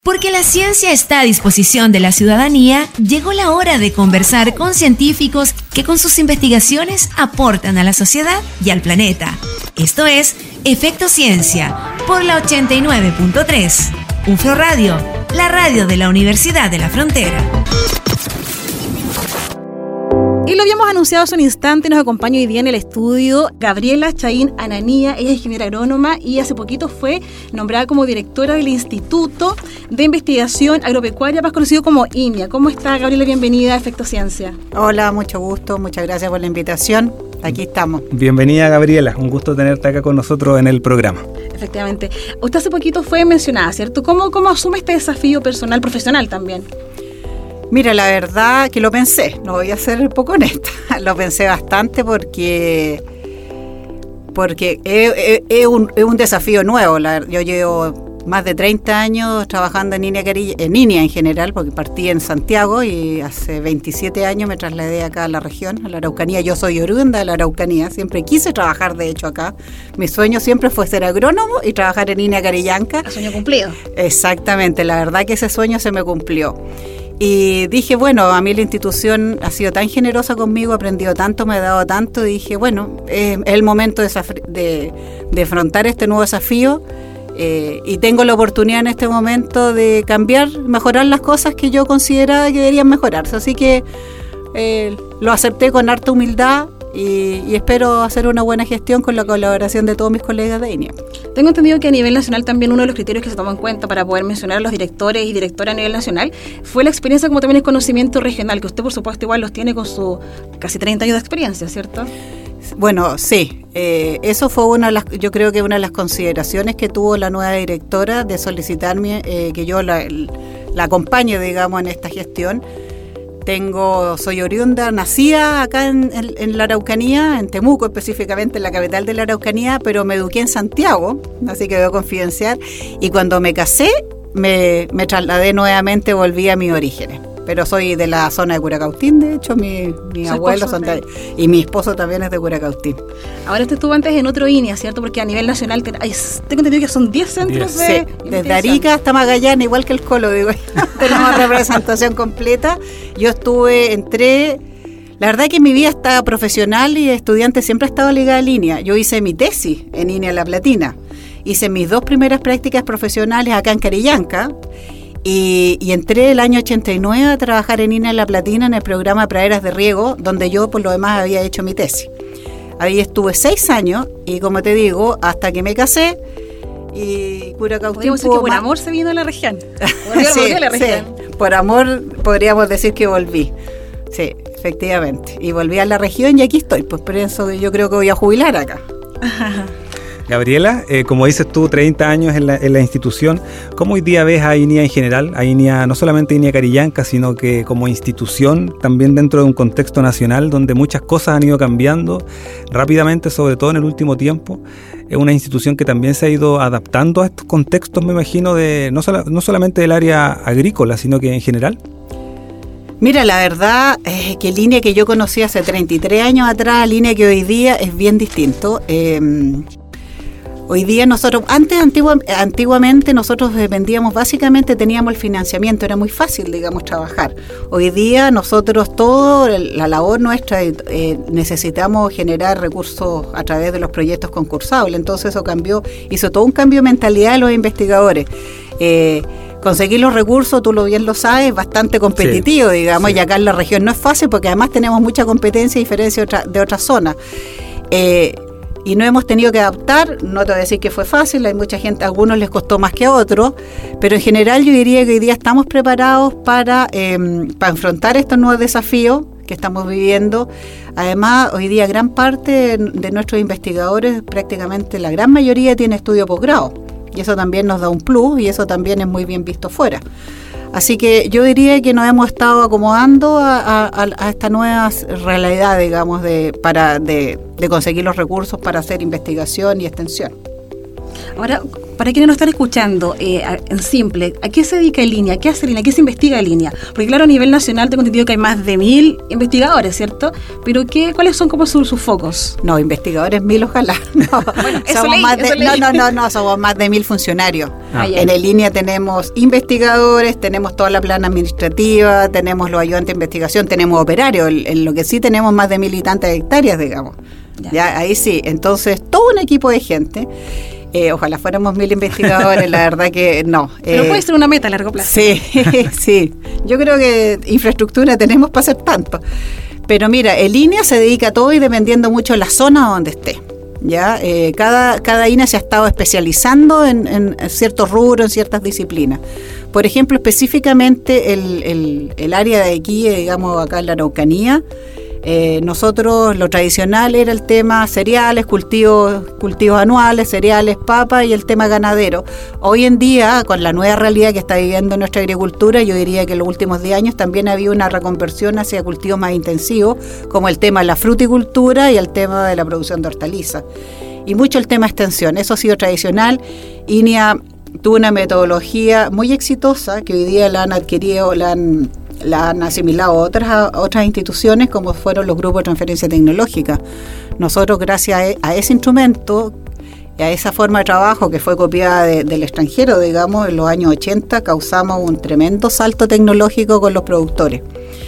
Porque la ciencia está a disposición de la ciudadanía, llegó la hora de conversar con científicos que con sus investigaciones aportan a la sociedad y al planeta. Esto es Efecto Ciencia, por la 89.3. UFRO Radio, la radio de la Universidad de la Frontera. Y lo habíamos anunciado hace un instante, nos acompaña hoy día en el estudio Gabriela Chaín Ananía. Ella es ingeniera agrónoma y hace poquito fue nombrada como directora del Instituto de Investigación Agropecuaria, más conocido como INIA. ¿Cómo está, Gabriela? Bienvenida a Efecto Ciencia. Hola, mucho gusto, muchas gracias por la invitación. Aquí estamos. Bienvenida, Gabriela, un gusto tenerte acá con nosotros en el programa. Efectivamente. Usted hace poquito fue mencionada, ¿cierto? ¿Cómo asume este desafío personal, profesional también? Mira, la verdad que lo pensé, no voy a ser poco honesta, lo pensé bastante porque es un desafío nuevo. Yo llevo más de 30 años trabajando en INIA en general, porque partí en Santiago y hace 27 años me trasladé acá a la región, a la Araucanía. Yo soy oriunda de la Araucanía, siempre quise trabajar de hecho acá. Mi sueño siempre fue ser agrónomo y trabajar en INIA Carillanca. ¿El sueño cumplido? Exactamente, la verdad que ese sueño se me cumplió. Y dije, bueno, a mí la institución ha sido tan generosa conmigo, he aprendido tanto, me ha dado tanto, y dije, bueno, es el momento de afrontar este nuevo desafío, y tengo la oportunidad en este momento de cambiar, mejorar las cosas que yo consideraba que deberían mejorarse. Así que lo acepté con harta humildad y espero hacer una buena gestión con la colaboración de todos mis colegas de INIA. Tengo entendido que a nivel nacional también uno de los criterios que se tomó en cuenta para poder mencionar a los directores y directoras a nivel nacional fue la experiencia, como también el conocimiento regional, que usted por supuesto igual los tiene con sus casi 30 años de experiencia, ¿cierto? Bueno, sí, eso fue yo creo que una de las consideraciones que tuvo la nueva directora de solicitarme que yo la acompañe, digamos, en esta gestión. Soy oriunda, nacida acá en la Araucanía, en Temuco específicamente, en la capital de la Araucanía, pero me eduqué en Santiago, así que debo confidenciar, y cuando me casé me trasladé nuevamente, volví a mis orígenes. Pero soy de la zona de Curacautín, de hecho, mis abuelos son de... Y mi esposo también es de Curacautín. Ahora usted estuvo antes en otro INIA, ¿cierto? Porque a nivel nacional tengo entendido que son 10 centros de... Sí, desde Arica hasta Magallanes, igual que el Colo, digo. Tenemos representación completa. Yo entré... La verdad que mi vida está profesional y estudiante siempre ha estado ligada a INIA. Yo hice mi tesis en INIA La Platina. Hice mis 2 primeras prácticas profesionales acá en Carillanca. Y entré el año 89 a trabajar en INIA La Platina en el programa Praderas de Riego, donde yo por lo demás había hecho mi tesis. Ahí estuve 6 años y, como te digo, hasta que me casé, y Curacautín... Podríamos decir que por amor se vino a la región. Sí, por amor podríamos decir que volví. Sí, efectivamente. Y volví a la región y aquí estoy. Pues por eso yo creo que voy a jubilar acá. Gabriela, como dices tú, 30 años en la institución, ¿cómo hoy día ves a INIA en general? A INIA, no solamente INIA Carillanca, sino que como institución, también dentro de un contexto nacional donde muchas cosas han ido cambiando rápidamente, sobre todo en el último tiempo. Es una institución que también se ha ido adaptando a estos contextos, me imagino, no solamente del área agrícola, sino que en general. Mira, la verdad es que el INIA que yo conocí hace 33 años atrás, el INIA que hoy día es bien distinto. Hoy día antiguamente nosotros dependíamos, básicamente teníamos el financiamiento, era muy fácil, digamos, trabajar. Hoy día nosotros, la labor nuestra, necesitamos generar recursos a través de los proyectos concursables, entonces eso hizo todo un cambio de mentalidad de los investigadores. Conseguir los recursos, tú bien lo sabes, es bastante competitivo, sí, digamos, sí. Y acá en la región no es fácil porque además tenemos mucha competencia y diferencia de otras zonas. Y no hemos tenido que adaptar, no te voy a decir que fue fácil, hay mucha gente, a algunos les costó más que a otros, pero en general yo diría que hoy día estamos preparados para enfrentar estos nuevos desafíos que estamos viviendo. Además, hoy día gran parte de nuestros investigadores, prácticamente la gran mayoría, tiene estudio posgrado, y eso también nos da un plus, y eso también es muy bien visto fuera. Así que yo diría que nos hemos estado acomodando a esta nueva realidad, digamos, de conseguir los recursos para hacer investigación y extensión. Ahora, para quienes nos están escuchando, en simple, ¿a qué se dedica Línea? ¿Qué hace Línea? ¿Qué se investiga en Línea? Porque claro, a nivel nacional tengo entendido que hay más de 1000 investigadores, ¿cierto? Pero ¿cuáles son como sus focos? No, investigadores 1000 ojalá. No, bueno, somos más de 1000 funcionarios. En el Línea tenemos investigadores, tenemos toda la plana administrativa, tenemos los ayudantes de investigación, tenemos operarios, en lo que sí tenemos más de 1000 y tantas hectáreas, digamos. Ya, ahí sí, entonces todo un equipo de gente. Ojalá fuéramos 1000 investigadores, la verdad que no. Pero puede ser una meta a largo plazo. Sí, sí. Yo creo que infraestructura tenemos para hacer tanto. Pero mira, el INEA se dedica a todo y dependiendo mucho de la zona donde esté. ¿Ya? Cada INEA se ha estado especializando en ciertos rubros, en ciertas disciplinas. Por ejemplo, específicamente el área de aquí, digamos acá en la Araucanía, nosotros lo tradicional era el tema cereales, cultivos anuales, cereales, papa y el tema ganadero. Hoy en día, con la nueva realidad que está viviendo nuestra agricultura, yo diría que en los últimos 10 años también ha habido una reconversión hacia cultivos más intensivos, como el tema de la fruticultura y el tema de la producción de hortalizas. Y mucho el tema extensión, eso ha sido tradicional. INEA tuvo una metodología muy exitosa que hoy día la han adquirido, la han asimilado otras instituciones como fueron los grupos de transferencia tecnológica. Nosotros, gracias a ese instrumento, a esa forma de trabajo que fue copiada del extranjero, digamos, en los años 80, causamos un tremendo salto tecnológico con los productores.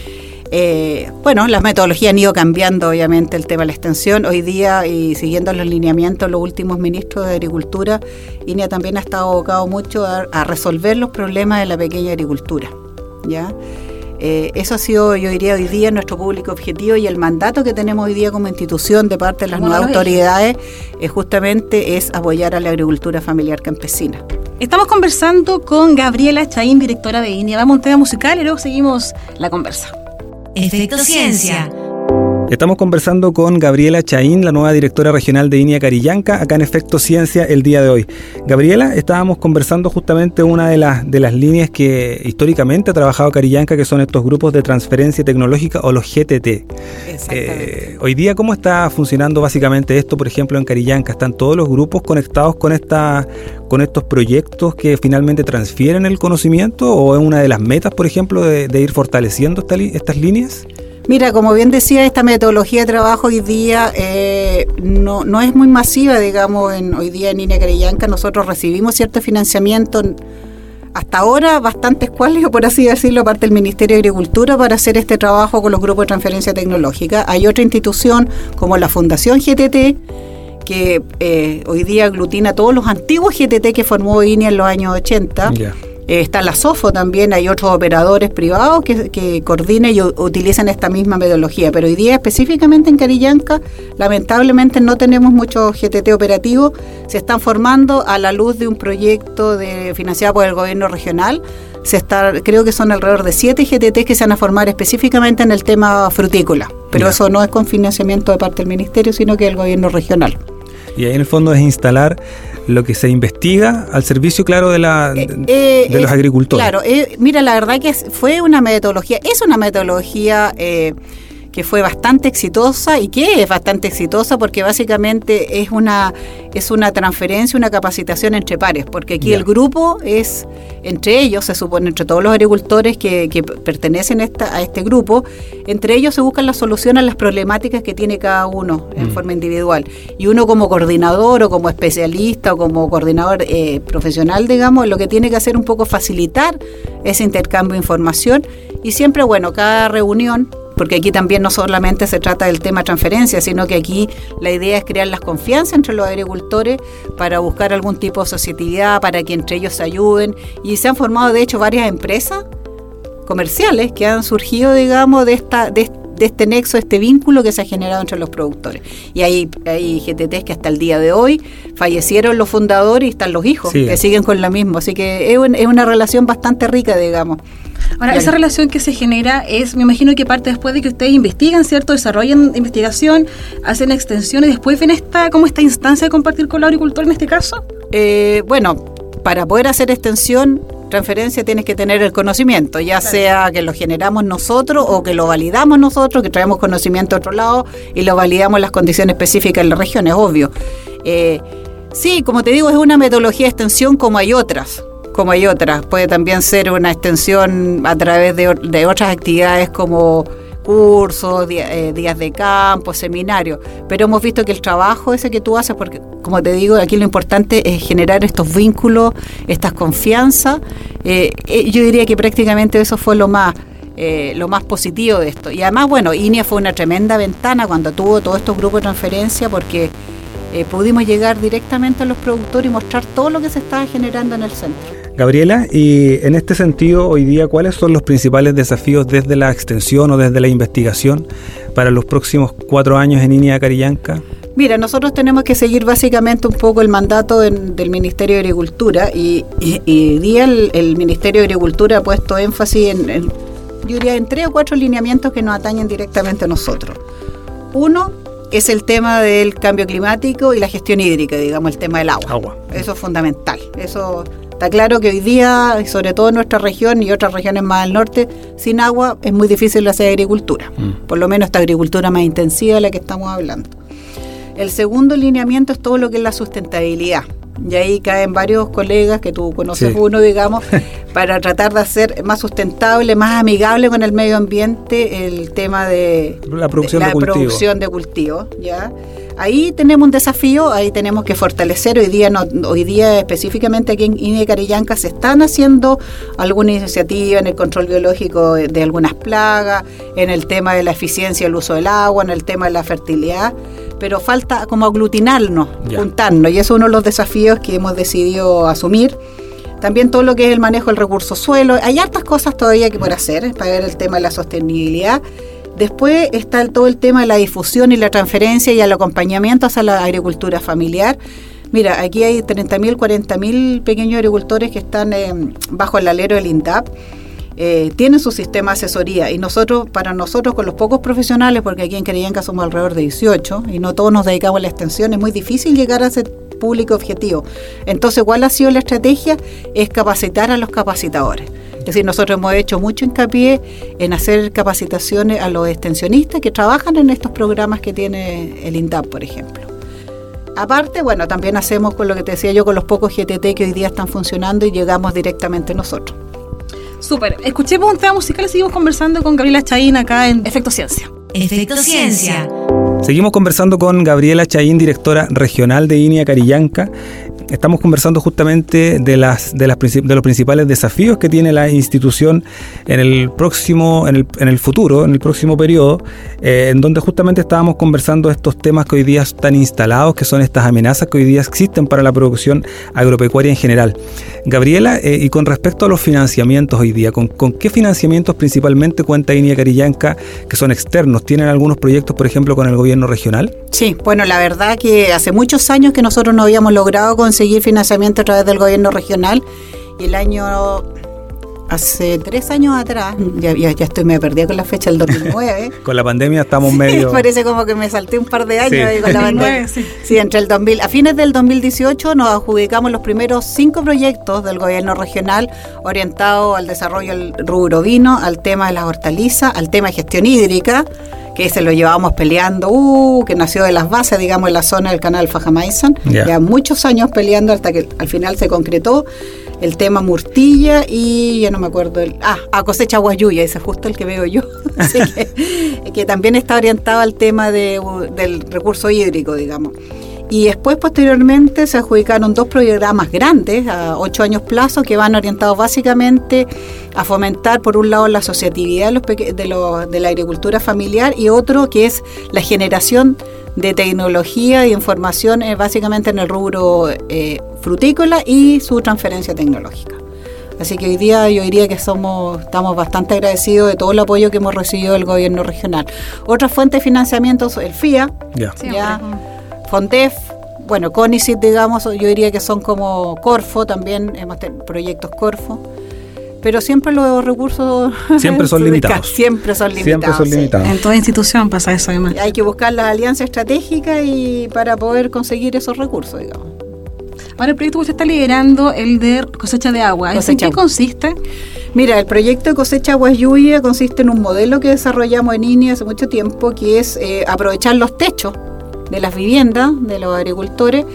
Las metodologías han ido cambiando, obviamente, el tema de la extensión. Hoy día, y siguiendo los lineamientos de los últimos ministros de Agricultura, INEA también ha estado abocado mucho a resolver los problemas de la pequeña agricultura, ¿ya? Eso ha sido, yo diría, hoy día nuestro público objetivo y el mandato que tenemos hoy día como institución de parte de las nuevas autoridades justamente es apoyar a la agricultura familiar campesina. Estamos conversando con Gabriela Chaín, directora de INEA. Vamos a un tema musical y luego seguimos la conversa. Efecto Ciencia. Estamos conversando con Gabriela Chaín, la nueva directora regional de INEA Carillanca, acá en Efecto Ciencia el día de hoy. Gabriela, estábamos conversando justamente una de las líneas que históricamente ha trabajado Carillanca, que son estos grupos de transferencia tecnológica o los GTT. Hoy día, ¿cómo está funcionando básicamente esto, por ejemplo, en Carillanca? ¿Están todos los grupos conectados con estos proyectos que finalmente transfieren el conocimiento o es una de las metas, por ejemplo, de ir fortaleciendo estas líneas? Mira, como bien decía, esta metodología de trabajo hoy día no es muy masiva, digamos, hoy día en INEA Carillanca. Nosotros recibimos cierto financiamiento, hasta ahora bastante escuálido, por así decirlo, parte del Ministerio de Agricultura para hacer este trabajo con los grupos de transferencia tecnológica. Hay otra institución como la Fundación GTT, que hoy día aglutina todos los antiguos GTT que formó INEA en los años 80. Yeah. Está la SOFO también, hay otros operadores privados que coordinan y utilizan esta misma metodología, pero hoy día específicamente en Carillanca lamentablemente no tenemos muchos GTT operativos, se están formando a la luz de un proyecto financiado por el gobierno regional. Creo que son alrededor de 7 GTT que se van a formar específicamente en el tema frutícola, pero eso no es con financiamiento de parte del ministerio, sino que del gobierno regional. Y ahí en el fondo es instalar lo que se investiga al servicio, claro, de los agricultores. Claro, mira, la verdad que es una metodología que fue bastante exitosa y que es bastante exitosa porque básicamente es una transferencia, una capacitación entre pares, porque aquí el grupo es entre ellos, se supone, entre todos los agricultores que pertenecen a este grupo, entre ellos se buscan las soluciones a las problemáticas que tiene cada uno en forma individual. Y uno como coordinador o como especialista o como coordinador profesional, digamos, lo que tiene que hacer un poco facilitar ese intercambio de información y siempre, cada reunión, porque aquí también no solamente se trata del tema transferencia, sino que aquí la idea es crear las confianzas entre los agricultores para buscar algún tipo de asociatividad, para que entre ellos se ayuden. Y se han formado, de hecho, varias empresas comerciales que han surgido, digamos, de este nexo, este vínculo que se ha generado entre los productores. Y hay GTTs que hasta el día de hoy fallecieron los fundadores y están los hijos, que siguen con la misma. Así que es una relación bastante rica, digamos. Ahora, esa relación que se genera me imagino que parte después de que ustedes investigan, ¿cierto? Desarrollan investigación, hacen extensiones y después ven esta instancia de compartir con el agricultor en este caso. Para poder hacer extensión, transferencia, tienes que tener el conocimiento, ya sea que lo generamos nosotros o que lo validamos nosotros, que traemos conocimiento de otro lado y lo validamos en las condiciones específicas de la región, es obvio. Sí, como te digo, es una metodología de extensión como hay otras. Puede también ser una extensión a través de otras actividades como cursos, días de campo, seminarios. Pero hemos visto que el trabajo ese que tú haces, porque como te digo, aquí lo importante es generar estos vínculos, estas confianzas. Yo diría que prácticamente eso fue lo más positivo de esto. Y además, bueno, INEA fue una tremenda ventana cuando tuvo todos estos grupos de transferencia, porque pudimos llegar directamente a los productores y mostrar todo lo que se estaba generando en el centro. Gabriela, y en este sentido, hoy día, ¿cuáles son los principales desafíos desde la extensión o desde la investigación para los próximos 4 años en INEA Carillanca? Mira, nosotros tenemos que seguir básicamente un poco el mandato del Ministerio de Agricultura y hoy día el Ministerio de Agricultura ha puesto énfasis yo diría en 3 o 4 lineamientos que nos atañen directamente a nosotros. Uno es el tema del cambio climático y la gestión hídrica, digamos, el tema del agua. Eso es fundamental. Eso está claro que hoy día, sobre todo en nuestra región y otras regiones más al norte, sin agua es muy difícil hacer agricultura. Por lo menos esta agricultura más intensiva de la que estamos hablando. El segundo lineamiento es todo lo que es la sustentabilidad. Y ahí caen varios colegas, que tú conoces uno, digamos, para tratar de hacer más sustentable, más amigable con el medio ambiente el tema de la producción de cultivos, ¿ya? Ahí tenemos un desafío, ahí tenemos que fortalecer. Hoy día específicamente aquí en INEA Carillanca se están haciendo alguna iniciativa en el control biológico de algunas plagas, en el tema de la eficiencia del uso del agua, en el tema de la fertilidad, pero falta como aglutinarnos, juntarnos, y eso es uno de los desafíos que hemos decidido asumir. También todo lo que es el manejo del recurso suelo. Hay hartas cosas todavía que por hacer para ver el tema de la sostenibilidad. Después está todo el tema de la difusión y la transferencia y el acompañamiento hacia la agricultura familiar. Mira, aquí hay 30.000, 40.000 pequeños agricultores que están bajo el alero del INDAP. Tienen su sistema de asesoría y para nosotros con los pocos profesionales, porque aquí en Carillanca somos alrededor de 18 y no todos nos dedicamos a la extensión, es muy difícil llegar a ese público objetivo. Entonces, ¿cuál ha sido la estrategia? Es capacitar a los capacitadores. Es decir, nosotros hemos hecho mucho hincapié en hacer capacitaciones a los extensionistas que trabajan en estos programas que tiene el INDAP, por ejemplo. Aparte, bueno, también hacemos con lo que te decía yo, con los pocos GTT que hoy día están funcionando y llegamos directamente nosotros. Súper. Escuchemos un tema musical y seguimos conversando con Gabriela Chaín acá en Efecto Ciencia. Efecto Ciencia. Seguimos conversando con Gabriela Chaín, directora regional de INEA Carillanca. Estamos conversando justamente de los principales desafíos que tiene la institución en el próximo periodo, en donde justamente estábamos conversando estos temas que hoy día están instalados, que son estas amenazas que hoy día existen para la producción agropecuaria en general. Gabriela, y con respecto a los financiamientos hoy día, ¿con qué financiamientos principalmente cuenta INEA Carillanca que son externos? ¿Tienen algunos proyectos, por ejemplo, con el gobierno regional? Sí, bueno, la verdad que hace muchos años que nosotros no habíamos logrado conseguir financiamiento a través del gobierno regional, y hace 3 años atrás, ya me perdí con la fecha, el 2009. Con la pandemia estamos medio... Parece como que me salté un par de años sí, con la pandemia. Sí, a fines del 2018 nos adjudicamos los primeros 5 proyectos del gobierno regional orientados al desarrollo del rubro ovino, al tema de las hortalizas, al tema de gestión hídrica, que se lo llevábamos peleando, que nació de las bases, digamos, en la zona del canal Fajamaizan, ya muchos años peleando hasta que al final se concretó el tema Murtilla y ya no me acuerdo, a cosecha Guayuya, ese es justo el que veo yo, así que también está orientado al tema del recurso hídrico, digamos. Y después, posteriormente, se adjudicaron 2 programas grandes, a 8 años plazo, que van orientados básicamente a fomentar, por un lado, la asociatividad de la agricultura familiar, y otro que es la generación de tecnología e información, básicamente en el rubro frutícola y su transferencia tecnológica. Así que hoy día yo diría que estamos bastante agradecidos de todo el apoyo que hemos recibido del gobierno regional. Otra fuente de financiamiento es el FIA, FONDEF, bueno, CONICYT, digamos, yo diría que son como Corfo, también hemos tenido proyectos Corfo, pero siempre los recursos siempre son limitados. Siempre son limitados. En toda institución pasa eso, además. Hay que buscar la alianza estratégica y para poder conseguir esos recursos, digamos. Ahora, el proyecto que usted está liderando, el de cosecha de agua, ¿en qué consiste? Mira, el proyecto de cosecha Guayuya consiste en un modelo que desarrollamos en INEA hace mucho tiempo, que es aprovechar los techos de las viviendas de los agricultores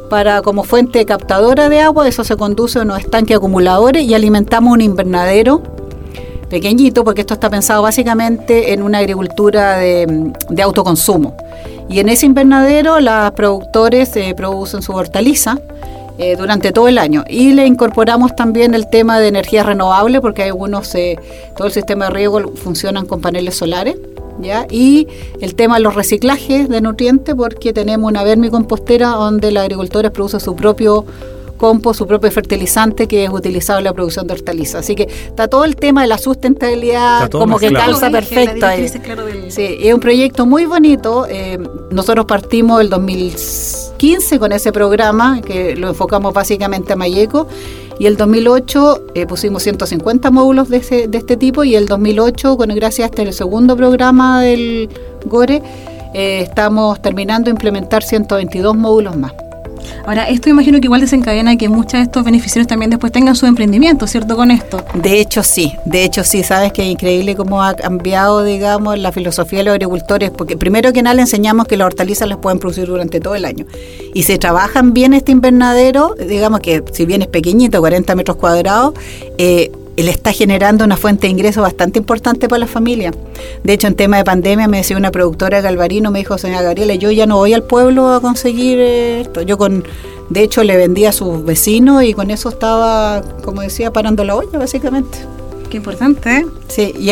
como fuente captadora de agua. Eso se conduce a unos estanques acumuladores y alimentamos un invernadero pequeñito, porque esto está pensado básicamente en una agricultura de autoconsumo. Y en ese invernadero los productores producen su hortaliza durante todo el año. Y le incorporamos también el tema de energía renovable, porque hay todo el sistema de riego funcionan con paneles solares, ¿ya? Y el tema de los reciclajes de nutrientes, porque tenemos una vermicompostera donde los agricultores producen su propio compost, su propio fertilizante, que es utilizado en la producción de hortalizas. Así que está todo el tema de la sustentabilidad como que calza perfecto ahí. Sí, es un proyecto muy bonito. Nosotros partimos el 2015 con ese programa, que lo enfocamos básicamente a Mayeco, y el 2008 pusimos 150 módulos de este tipo, y el 2008, gracias a el segundo programa del GORE, estamos terminando de implementar 122 módulos más. Ahora, esto imagino que igual desencadena que muchos de estos beneficiarios también después tengan su emprendimiento, ¿cierto? Con esto. De hecho sí, sabes que es increíble cómo ha cambiado, digamos, la filosofía de los agricultores, porque primero que nada le enseñamos que las hortalizas las pueden producir durante todo el año. Y si trabajan bien este invernadero, digamos que si bien es pequeñito, 40 metros cuadrados, le está generando una fuente de ingresos bastante importante para la familia. De hecho, en tema de pandemia, me decía una productora de Galvarino, me dijo: señora Gabriela, yo ya no voy al pueblo a conseguir esto. De hecho, le vendía a sus vecinos y con eso estaba, como decía, parando la olla, básicamente. Qué importante, ¿eh? Sí, y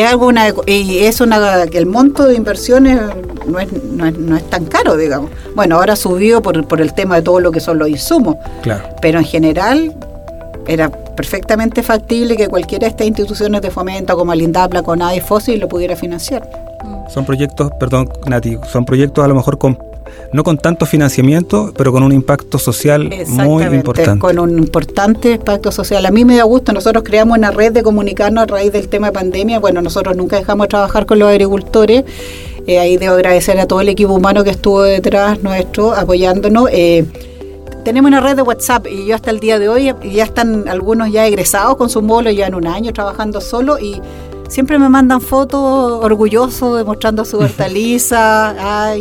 que el monto de inversiones no es tan caro, digamos. Bueno, ahora ha subido por el tema de todo lo que son los insumos. Claro. Pero en general era perfectamente factible que cualquiera de estas instituciones de fomento como Lindapla, CONADE y FOSI lo pudiera financiar. Son proyectos, perdón Nati, a lo mejor no con tanto financiamiento, pero con un impacto social muy importante. Con un importante impacto social. A mí me da gusto, nosotros creamos una red de comunicarnos a raíz del tema de pandemia. Bueno, nosotros nunca dejamos de trabajar con los agricultores. Ahí debo agradecer a todo el equipo humano que estuvo detrás nuestro, apoyándonos. Tenemos una red de WhatsApp y yo hasta el día de hoy ya están algunos ya egresados con su módulo, ya en un año trabajando solo, y siempre me mandan fotos orgullosos demostrando su hortaliza,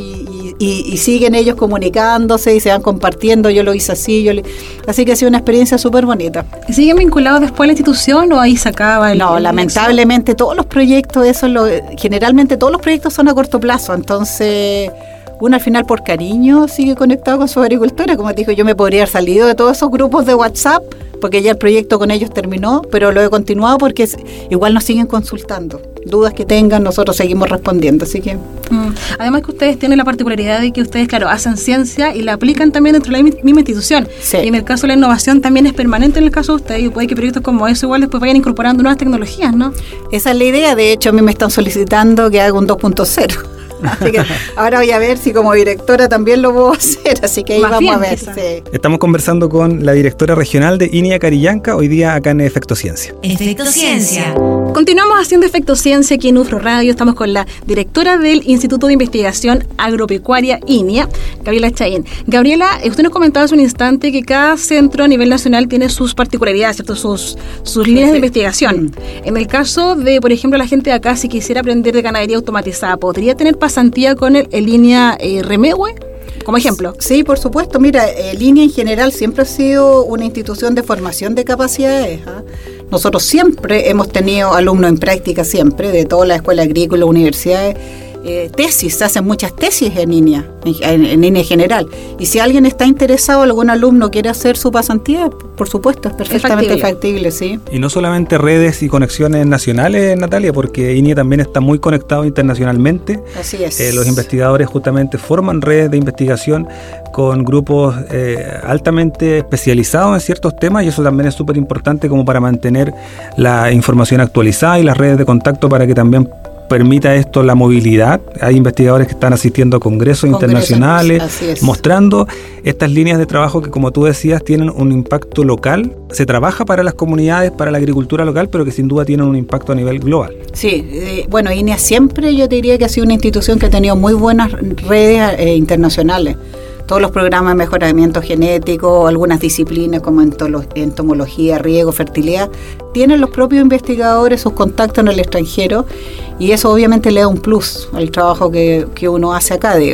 y siguen ellos comunicándose y se van compartiendo. Yo lo hice así, así que ha sido una experiencia súper bonita. ¿Y siguen vinculados después a la institución o ahí se acaba No, lamentablemente todos los proyectos, generalmente todos los proyectos son a corto plazo, entonces uno al final por cariño sigue conectado con sus agricultores. Como te digo, yo me podría haber salido de todos esos grupos de WhatsApp porque ya el proyecto con ellos terminó, pero lo he continuado porque igual nos siguen consultando. Dudas que tengan, nosotros seguimos respondiendo, así que... Además que ustedes tienen la particularidad de que ustedes, claro, hacen ciencia y la aplican también dentro de la misma institución. Sí. Y en el caso de la innovación también es permanente en el caso de ustedes, y puede que proyectos como eso igual después vayan incorporando nuevas tecnologías, ¿no? Esa es la idea. De hecho, a mí me están solicitando que haga un 2.0. Así que ahora voy a ver si como directora también lo puedo hacer, así que ahí más vamos a ver. Sí. Estamos conversando con la directora regional de INIA Carillanca, hoy día acá en Efecto Ciencia. Efecto Ciencia. Continuamos haciendo Efecto Ciencia aquí en UFRO Radio. Estamos con la directora del Instituto de Investigación Agropecuaria INIA, Gabriela Chaín. Gabriela, usted nos comentaba hace un instante que cada centro a nivel nacional tiene sus particularidades, ¿cierto? Sus líneas de investigación. En el caso de, por ejemplo, la gente de acá, si quisiera aprender de ganadería automatizada, ¿podría tener pasantía con el INIA Remegue, como ejemplo? Sí, por supuesto. Mira, el INIA en general siempre ha sido una institución de formación de capacidades. Nosotros siempre hemos tenido alumnos en práctica, siempre, de todas las escuelas agrícolas, universidades. Tesis, se hacen muchas tesis en INIA, en INIA en general. Y si alguien está interesado, algún alumno quiere hacer su pasantía, por supuesto, es perfectamente factible, sí. Y no solamente redes y conexiones nacionales, Natalia, porque INIA también está muy conectado internacionalmente. Así es. Los investigadores justamente forman redes de investigación con grupos altamente especializados en ciertos temas, y eso también es súper importante como para mantener la información actualizada y las redes de contacto para que también permita esto la movilidad. Hay investigadores que están asistiendo a congresos internacionales, mostrando estas líneas de trabajo que, como tú decías, tienen un impacto local. Se trabaja para las comunidades, para la agricultura local, pero que sin duda tienen un impacto a nivel global. Sí, bueno, INIA siempre yo te diría que ha sido una institución que ha tenido muy buenas redes internacionales. Todos los programas de mejoramiento genético, algunas disciplinas como entomología, riego, fertilidad, tienen los propios investigadores sus contactos en el extranjero, y eso obviamente le da un plus al trabajo que uno hace acá, digamos.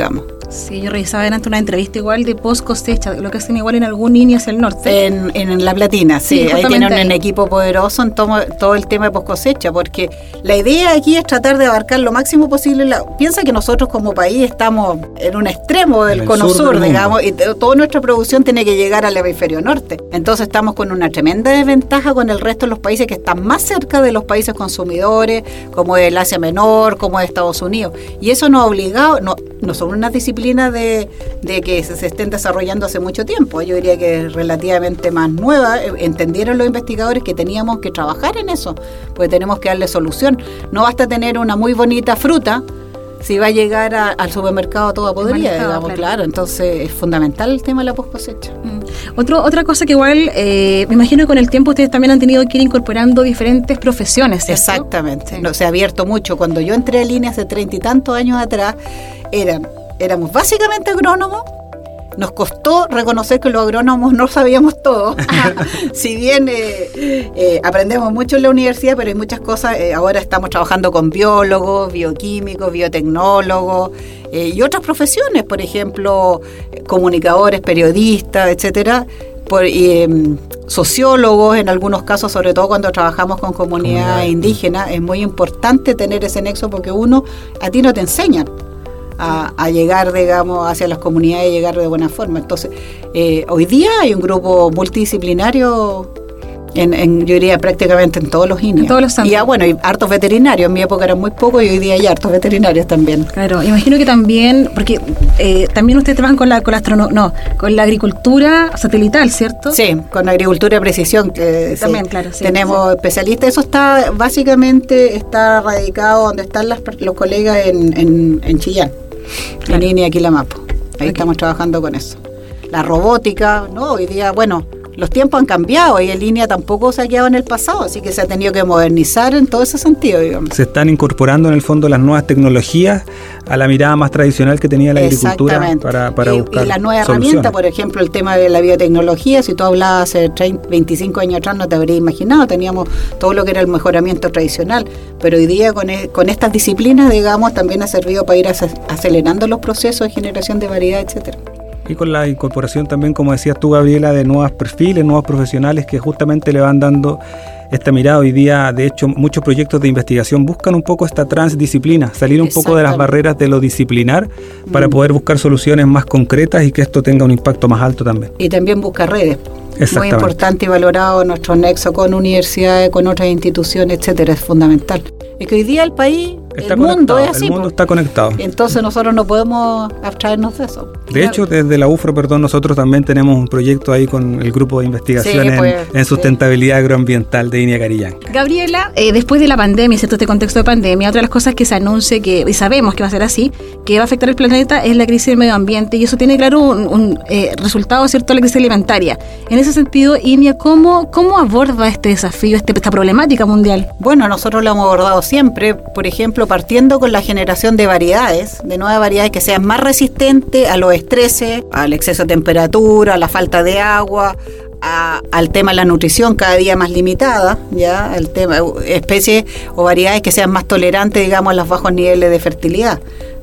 Sí, yo revisaba delante una entrevista igual de post cosecha, lo que hacen igual en algún INI hacia el norte. En La Platina, sí, ahí tienen un equipo poderoso en todo el tema de post cosecha, porque la idea aquí es tratar de abarcar lo máximo posible. Piensa que nosotros como país estamos en un extremo del cono sur, digamos, y toda nuestra producción tiene que llegar al hemisferio norte. Entonces estamos con una tremenda desventaja con el resto de los países que están más cerca de los países consumidores, como el Asia Menor, como Estados Unidos. Y eso nos ha obligado, no son unas disciplinas de que se estén desarrollando hace mucho tiempo. Yo diría que es relativamente más nueva. Entendieron los investigadores que teníamos que trabajar en eso, porque tenemos que darle solución. No basta tener una muy bonita fruta si va a llegar al supermercado toda podrida, digamos, claro. Entonces es fundamental el tema de la post cosecha. Otra cosa que igual, me imagino que con el tiempo ustedes también han tenido que ir incorporando diferentes profesiones, ¿cierto? Exactamente, sí. Se ha abierto mucho. Cuando yo entré a Línea hace 30 y tantos años atrás, éramos básicamente agrónomos. Nos costó reconocer que los agrónomos no sabíamos todo. Si bien aprendemos mucho en la universidad, pero hay muchas cosas. Ahora estamos trabajando con biólogos, bioquímicos, biotecnólogos y otras profesiones, por ejemplo, comunicadores, periodistas, etcétera. Sociólogos en algunos casos, sobre todo cuando trabajamos con comunidades indígenas. Es muy importante tener ese nexo porque a ti no te enseñan a llegar, digamos, hacia las comunidades y llegar de buena forma. Entonces, hoy día hay un grupo multidisciplinario yo diría prácticamente en todos los INEA. Todos los y hay hartos veterinarios. En mi época eran muy pocos y hoy día hay hartos veterinarios también. Claro, imagino que también, porque también ustedes trabajan con la agricultura satelital, ¿cierto? Sí, con la agricultura de precisión. También, sí. Claro, sí. Tenemos especialistas. Eso básicamente está radicado donde están los colegas en Chillán, claro. En INEA Quilamapo. Ahí estamos trabajando con eso. La robótica, ¿no? Hoy día, los tiempos han cambiado y en Línea tampoco se ha quedado en el pasado, así que se ha tenido que modernizar en todo ese sentido, digamos. Se están incorporando en el fondo las nuevas tecnologías a la mirada más tradicional que tenía la agricultura para buscar y la nueva herramienta, por ejemplo, el tema de la biotecnología. Si tú hablabas hace 25 años atrás no te habrías imaginado, teníamos todo lo que era el mejoramiento tradicional, pero hoy día con estas disciplinas, digamos, también ha servido para ir acelerando los procesos de generación de variedad, etcétera. Y con la incorporación también, como decías tú, Gabriela, de nuevos perfiles, nuevos profesionales que justamente le van dando esta mirada. Hoy día, de hecho, muchos proyectos de investigación buscan un poco esta transdisciplina, salir un poco de las barreras de lo disciplinar para poder buscar soluciones más concretas y que esto tenga un impacto más alto también. Y también buscar redes. Muy importante y valorado nuestro nexo con universidades, con otras instituciones, etcétera, es fundamental. Es que hoy día el país, el mundo es así. El mundo está conectado. Entonces nosotros no podemos abstraernos de eso. De hecho, desde la UFRO, nosotros también tenemos un proyecto ahí con el grupo de investigación en sustentabilidad agroambiental de INEA Carillán. Gabriela, después de la pandemia, ¿cierto? Este contexto de pandemia, otra de las cosas que se anuncia y sabemos que va a ser así, que va a afectar el planeta es la crisis del medio ambiente, y eso tiene claro un resultado, ¿cierto?, la crisis alimentaria. En ese sentido, INEA, ¿cómo aborda este desafío, esta problemática mundial? Bueno, nosotros lo hemos abordado siempre, por ejemplo, partiendo con la generación de nuevas variedades que sean más resistentes a los estreses, al exceso de temperatura, a la falta de agua, al tema de la nutrición cada día más limitada, ya, el tema especies o variedades que sean más tolerantes, digamos, a los bajos niveles de fertilidad.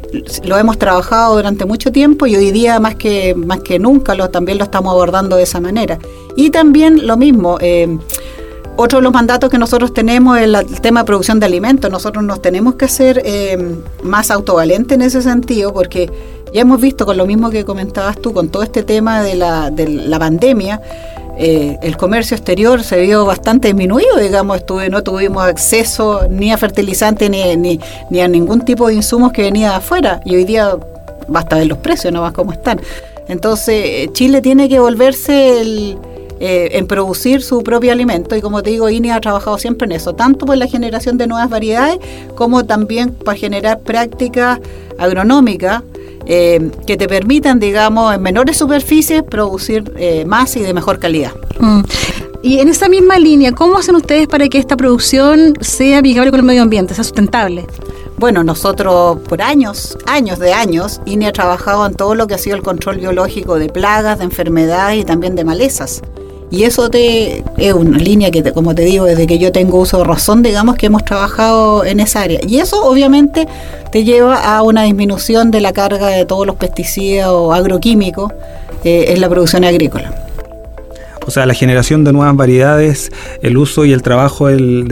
Lo hemos trabajado durante mucho tiempo y hoy día más que nunca también lo estamos abordando de esa manera. Y también lo mismo, otro de los mandatos que nosotros tenemos es el tema de producción de alimentos. Nosotros nos tenemos que hacer más autovalentes en ese sentido, porque ya hemos visto, con lo mismo que comentabas tú, con todo este tema de la pandemia, el comercio exterior se vio bastante disminuido, digamos. No tuvimos acceso ni a fertilizantes ni a ningún tipo de insumos que venía de afuera, y hoy día basta ver los precios, no más cómo están. Entonces Chile tiene que volverse en producir su propio alimento, y como te digo, INEA ha trabajado siempre en eso, tanto por la generación de nuevas variedades como también para generar prácticas agronómicas que te permitan, digamos, en menores superficies producir más y de mejor calidad. Y en esa misma línea, ¿cómo hacen ustedes para que esta producción sea amigable con el medio ambiente, sea sustentable? Bueno, nosotros por años, INEA ha trabajado en todo lo que ha sido el control biológico de plagas, de enfermedades y también de malezas. Y eso es una línea que, como te digo, desde que yo tengo uso de razón, digamos que hemos trabajado en esa área. Y eso obviamente te lleva a una disminución de la carga de todos los pesticidas o agroquímicos en la producción agrícola. O sea, la generación de nuevas variedades, el uso y el trabajo del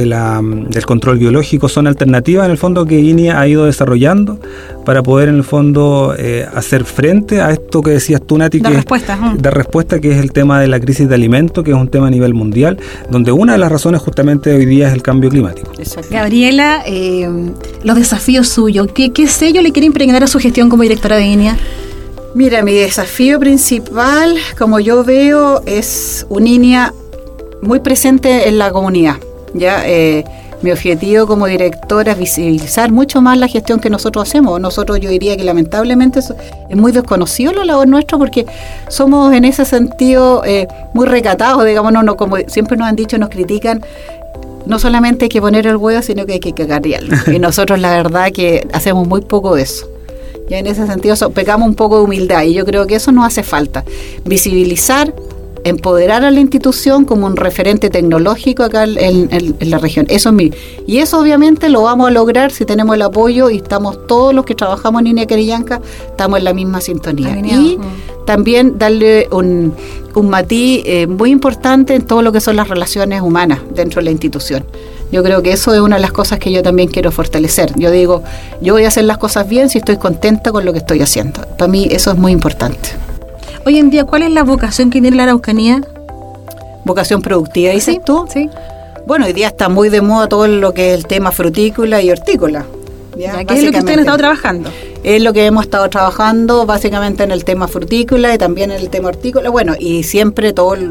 control biológico son alternativas en el fondo que INEA ha ido desarrollando para poder en el fondo hacer frente a esto que decías tú, Nati, dar respuesta, que es el tema de la crisis de alimentos, que es un tema a nivel mundial, donde una de las razones justamente de hoy día es el cambio climático. Exacto. Gabriela, los desafíos suyos, ¿qué sello le quiere impregnar a su gestión como directora de INEA? Mira, mi desafío principal, como yo veo, es un INEA muy presente en la comunidad. ¿Ya? Mi objetivo como directora es visibilizar mucho más la gestión que nosotros hacemos. Nosotros, yo diría que lamentablemente es muy desconocido la labor nuestra, porque somos en ese sentido muy recatados, digamos, no, como siempre nos han dicho, nos critican. No solamente hay que poner el huevo, sino que hay que cagarrearlo. Y nosotros la verdad que hacemos muy poco de eso. Ya en ese sentido pecamos un poco de humildad, y yo creo que eso nos hace falta. Visibilizar, empoderar a la institución como un referente tecnológico acá en la región. Eso es y eso obviamente lo vamos a lograr si tenemos el apoyo, y estamos todos los que trabajamos en INEA Catrillanca, estamos en la misma sintonía. Y también darle un matiz muy importante en todo lo que son las relaciones humanas dentro de la institución. Yo creo que eso es una de las cosas que yo también quiero fortalecer. Yo digo, yo voy a hacer las cosas bien si estoy contenta con lo que estoy haciendo. Para mí eso es muy importante. Hoy en día, ¿cuál es la vocación que tiene la Araucanía? ¿Vocación productiva, dices tú? Sí. Bueno, hoy día está muy de moda todo lo que es el tema frutícola y hortícola. ¿Ya? ¿Qué es lo que ustedes han estado trabajando? Es lo que hemos estado trabajando básicamente en el tema frutícola y también en el tema hortícola. Bueno, y siempre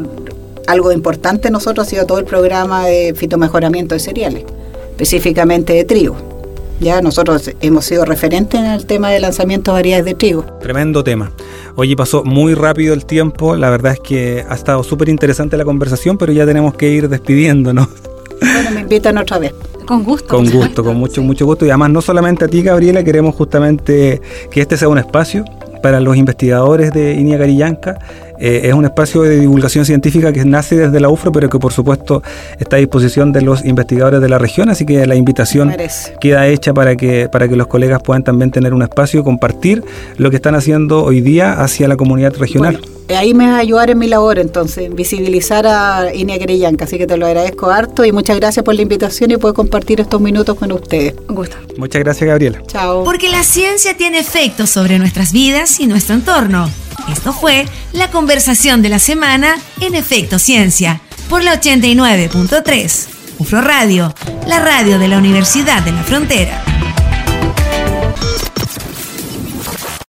algo importante nosotros ha sido todo el programa de fitomejoramiento de cereales, específicamente de trigo. Ya nosotros hemos sido referentes en el tema de lanzamiento de variedades de trigo. Tremendo tema. Oye, pasó muy rápido el tiempo. La verdad es que ha estado súper interesante la conversación, pero ya tenemos que ir despidiéndonos. Bueno, me invitan otra vez. Con gusto. Con gusto, con mucho gusto. Y además, no solamente a ti, Gabriela, queremos justamente que este sea un espacio para los investigadores de INEA Catrillanca. Es un espacio de divulgación científica que nace desde la UFRO, pero que por supuesto está a disposición de los investigadores de la región, así que la invitación queda hecha para que los colegas puedan también tener un espacio y compartir lo que están haciendo hoy día hacia la comunidad regional. Bueno, ahí me va a ayudar en mi labor, entonces, visibilizar a INEA Catrillanca, así que te lo agradezco harto y muchas gracias por la invitación y poder compartir estos minutos con ustedes. Un gusto. Muchas gracias, Gabriela. Chao. Porque la ciencia tiene efectos sobre nuestras vidas y nuestro entorno. Esto fue la conversación de la semana en Efecto Ciencia, por la 89.3. UFRO Radio, la radio de la Universidad de la Frontera.